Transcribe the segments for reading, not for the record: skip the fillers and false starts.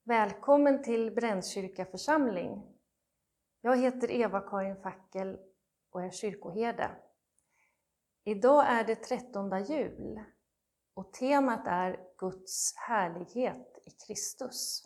Välkommen till Brännkyrka församling. Jag heter Eva-Karin Fackel och är kyrkoherde. Idag är det 13:e jul och temat är Guds härlighet i Kristus.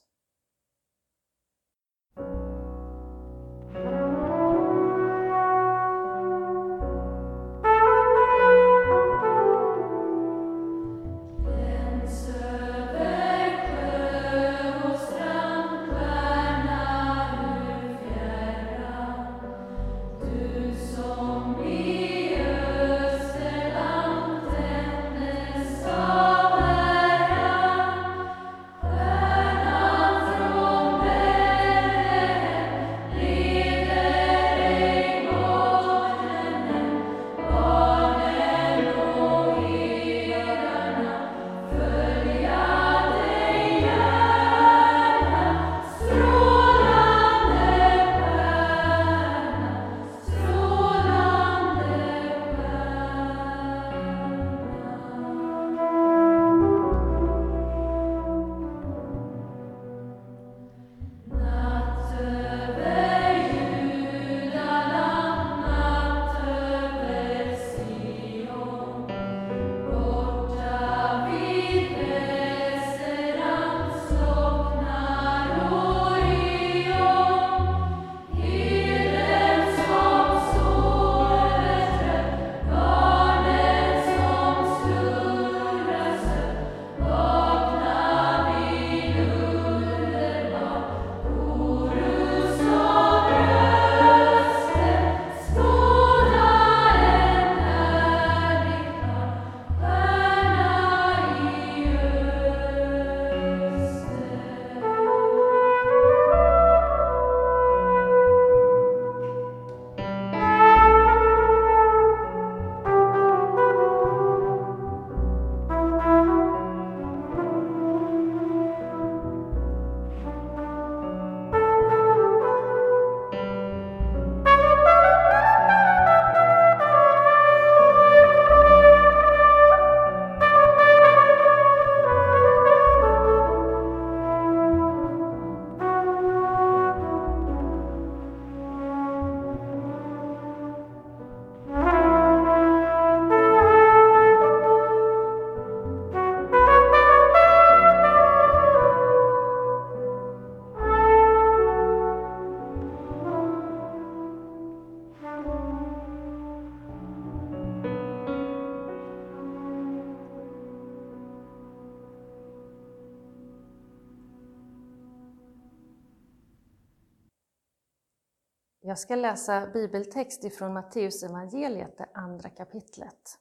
Jag ska läsa bibeltext ifrån Matteus evangeliet, det 2:a kapitlet.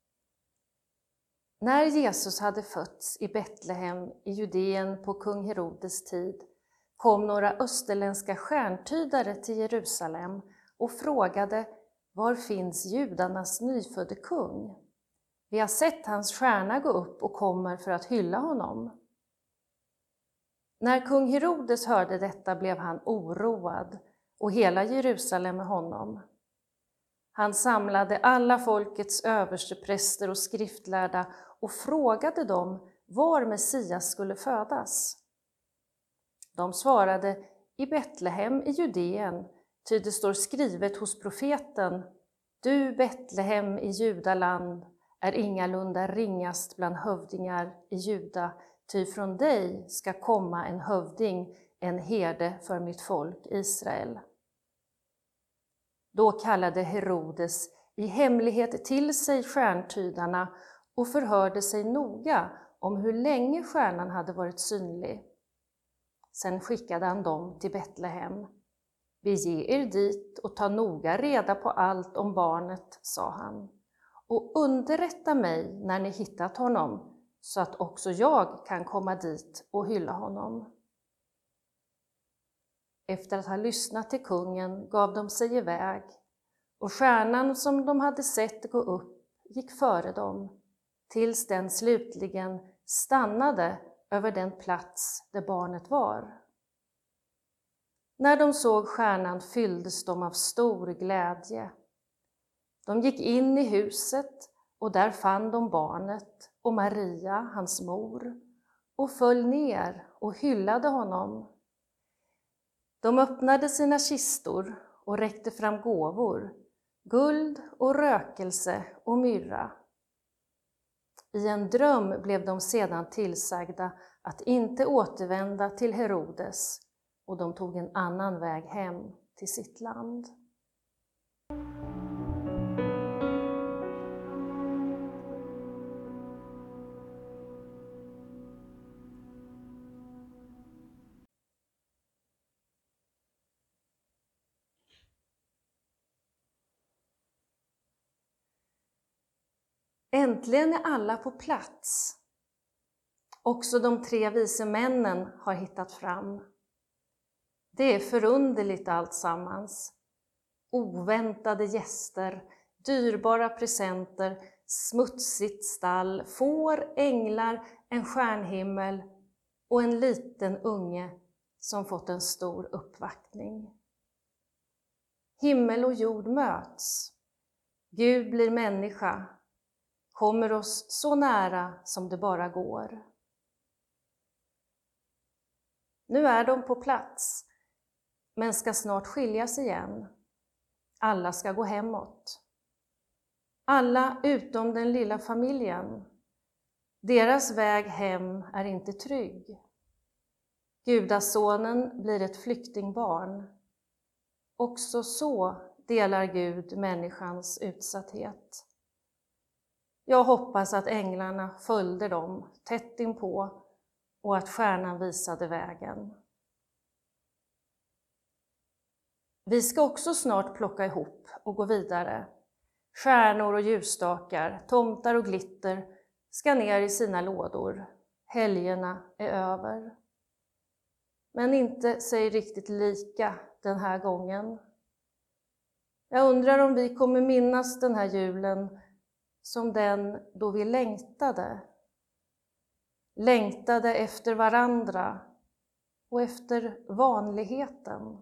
När Jesus hade fötts i Betlehem i Judeen på kung Herodes tid kom några österländska stjärntydare till Jerusalem och frågade: Var finns judarnas nyfödde kung? Vi har sett hans stjärna gå upp och kommer för att hylla honom. När kung Herodes hörde detta blev han oroad och hela Jerusalem med honom. Han samlade alla folkets överstepräster och skriftlärda och frågade dem var Messias skulle födas. De svarade: i Betlehem i Judeen, ty det står skrivet hos profeten: Du Betlehem i Judaland är ingalunda ringast bland hövdingar i Juda, ty från dig ska komma en hövding, en herde för mitt folk Israel. Då kallade Herodes i hemlighet till sig stjärntydarna och förhörde sig noga om hur länge stjärnan hade varit synlig. Sen skickade han dem till Betlehem. Bege er dit och ta noga reda på allt om barnet, sa han, och underrätta mig när ni hittat honom, så att också jag kan komma dit och hylla honom. Efter att ha lyssnat till kungen gav de sig iväg, och stjärnan som de hade sett gå upp gick före dem, tills den slutligen stannade över den plats där barnet var. När de såg stjärnan fylldes de av stor glädje. De gick in i huset och där fann de barnet och Maria, hans mor, och föll ner och hyllade honom. De öppnade sina kistor och räckte fram gåvor, guld och rökelse och myrra. I en dröm blev de sedan tillsagda att inte återvända till Herodes, och de tog en annan väg hem till sitt land. Äntligen är alla på plats. Också de 3 vise männen har hittat fram. Det är förunderligt alltsammans. Oväntade gäster, dyrbara presenter, smutsigt stall, får, änglar, en stjärnhimmel och en liten unge som fått en stor uppvaktning. Himmel och jord möts. Gud blir människa, kommer oss så nära som det bara går. Nu är de på plats, men ska snart skiljas igen. Alla ska gå hemåt. Alla utom den lilla familjen. Deras väg hem är inte trygg. Gudasonen blir ett flyktingbarn. Också så delar Gud människans utsatthet. Jag hoppas att änglarna följde dem tätt inpå och att stjärnan visade vägen. Vi ska också snart plocka ihop och gå vidare. Stjärnor och ljusstakar, tomtar och glitter ska ner i sina lådor. Helgerna är över. Men inte sig riktigt lika den här gången. Jag undrar om vi kommer minnas den här julen som den då vi längtade. Längtade efter varandra och efter vanligheten.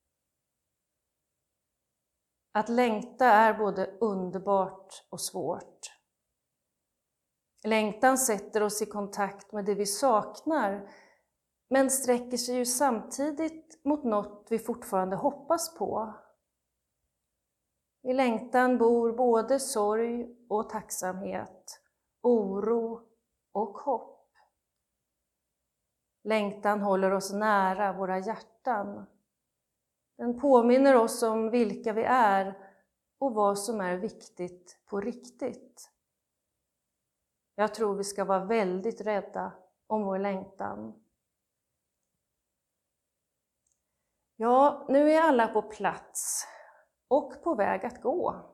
Att längta är både underbart och svårt. Längtan sätter oss i kontakt med det vi saknar, men sträcker sig ju samtidigt mot något vi fortfarande hoppas på. I längtan bor både sorg och tacksamhet, oro och hopp. Längtan håller oss nära våra hjärtan. Den påminner oss om vilka vi är och vad som är viktigt på riktigt. Jag tror vi ska vara väldigt rädda om vår längtan. Ja, nu är alla på plats och på väg att gå.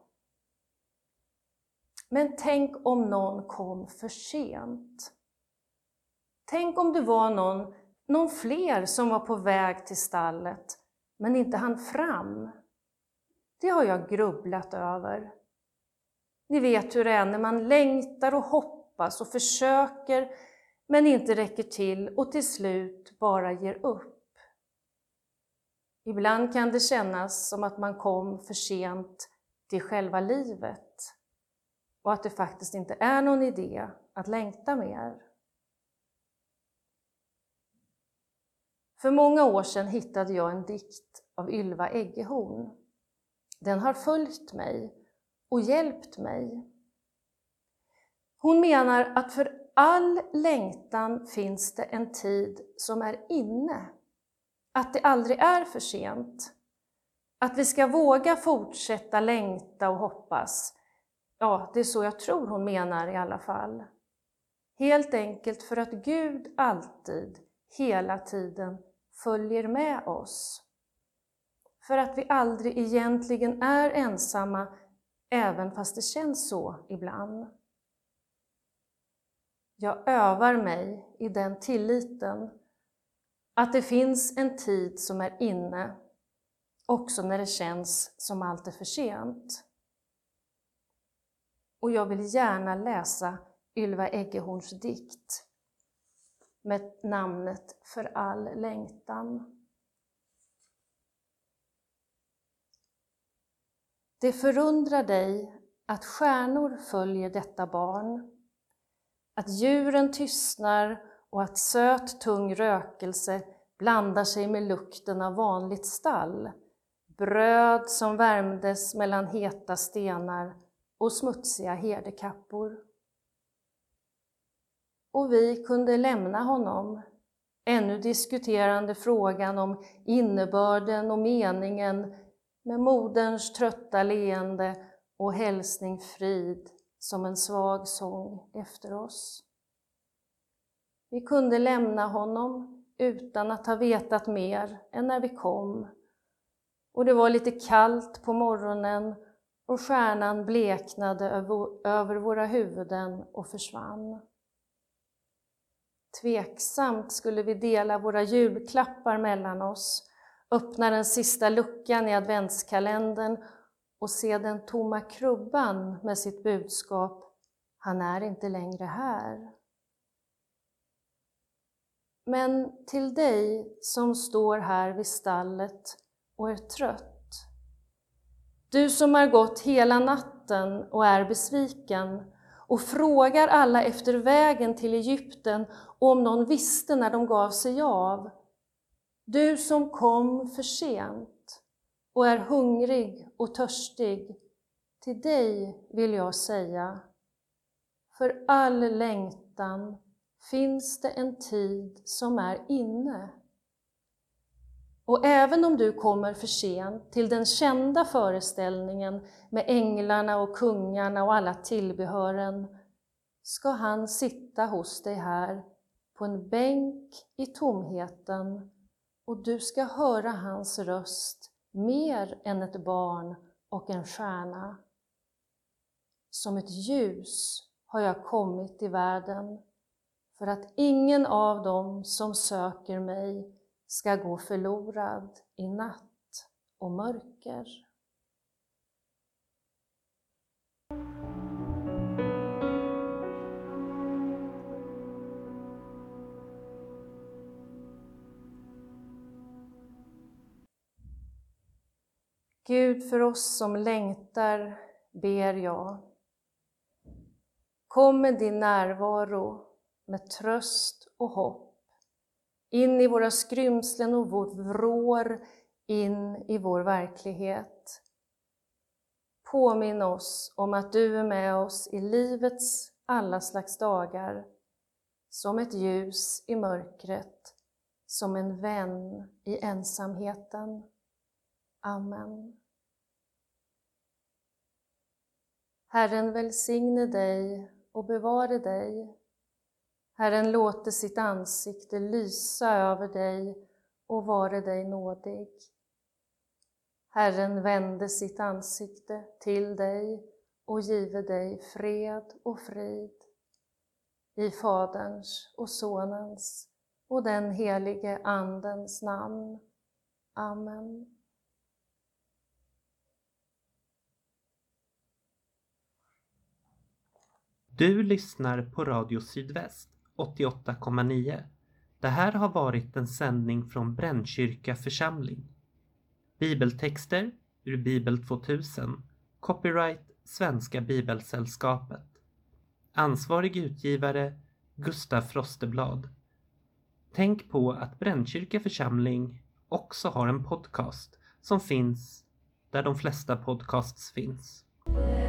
Men tänk om någon kom för sent. Tänk om det var någon fler som var på väg till stallet men inte hann fram. Det har jag grubblat över. Ni vet hur det är när man längtar och hoppas och försöker men inte räcker till och till slut bara ger upp. Ibland kan det kännas som att man kom för sent till själva livet och att det faktiskt inte är någon idé att längta mer. För många år sedan hittade jag en dikt av Ylva Eggehorn. Den har följt mig och hjälpt mig. Hon menar att för all längtan finns det en tid som är inne. Att det aldrig är för sent. Att vi ska våga fortsätta längta och hoppas. Ja, det är så jag tror hon menar i alla fall. Helt enkelt för att Gud alltid, hela tiden, följer med oss. För att vi aldrig egentligen är ensamma, även fast det känns så ibland. Jag övar mig i den tilliten att det finns en tid som är inne, också när det känns som allt är för sent. Och jag vill gärna läsa Ylva Eggehorns dikt med namnet För all längtan. Det förundrar dig att stjärnor följer detta barn, att djuren tystnar och att söt tung rökelse blandar sig med lukten av vanligt stall. Bröd som värmdes mellan heta stenar och smutsiga herdekappor. Och vi kunde lämna honom, ännu diskuterande frågan om innebörden och meningen med moderns trötta leende och hälsning frid som en svag sång efter oss. Vi kunde lämna honom utan att ha vetat mer än när vi kom. Och det var lite kallt på morgonen och stjärnan bleknade över våra huvuden och försvann. Tveksamt skulle vi dela våra julklappar mellan oss, öppna den sista luckan i adventskalendern och se den tomma krubban med sitt budskap: han är inte längre här. Men till dig som står här vid stallet och är trött, du som har gått hela natten och är besviken och frågar alla efter vägen till Egypten och om någon visste när de gav sig av, du som kom för sent och är hungrig och törstig, till dig vill jag säga: för all längtan finns det en tid som är inne. Och även om du kommer för sent till den kända föreställningen med änglarna och kungarna och alla tillbehören, ska han sitta hos dig här på en bänk i tomheten, och du ska höra hans röst mer än ett barn och en stjärna. Som ett ljus har jag kommit i världen, för att ingen av dem som söker mig ska gå förlorad i natt och mörker. Gud, för oss som längtar ber jag. Kom med din närvaro med tröst och hopp in i våra skrymslen och vårt vrår in i vår verklighet. Påminn oss om att du är med oss i livets alla slags dagar, som ett ljus i mörkret, som en vän i ensamheten. Amen. Herren välsigne dig och bevare dig. Herren låter sitt ansikte lysa över dig och vare dig nådig. Herren vände sitt ansikte till dig och give dig fred och frid. I Faderns och Sonens och den helige Andens namn. Amen. Du lyssnar på Radio Sydväst 88,9. Det här har varit en sändning från Brännkyrka församling. Bibeltexter ur Bibel 2000. Copyright Svenska Bibelsällskapet. Ansvarig utgivare Gustaf Frosteblad. Tänk på att Brännkyrka församling också har en podcast som finns där de flesta podcasts finns.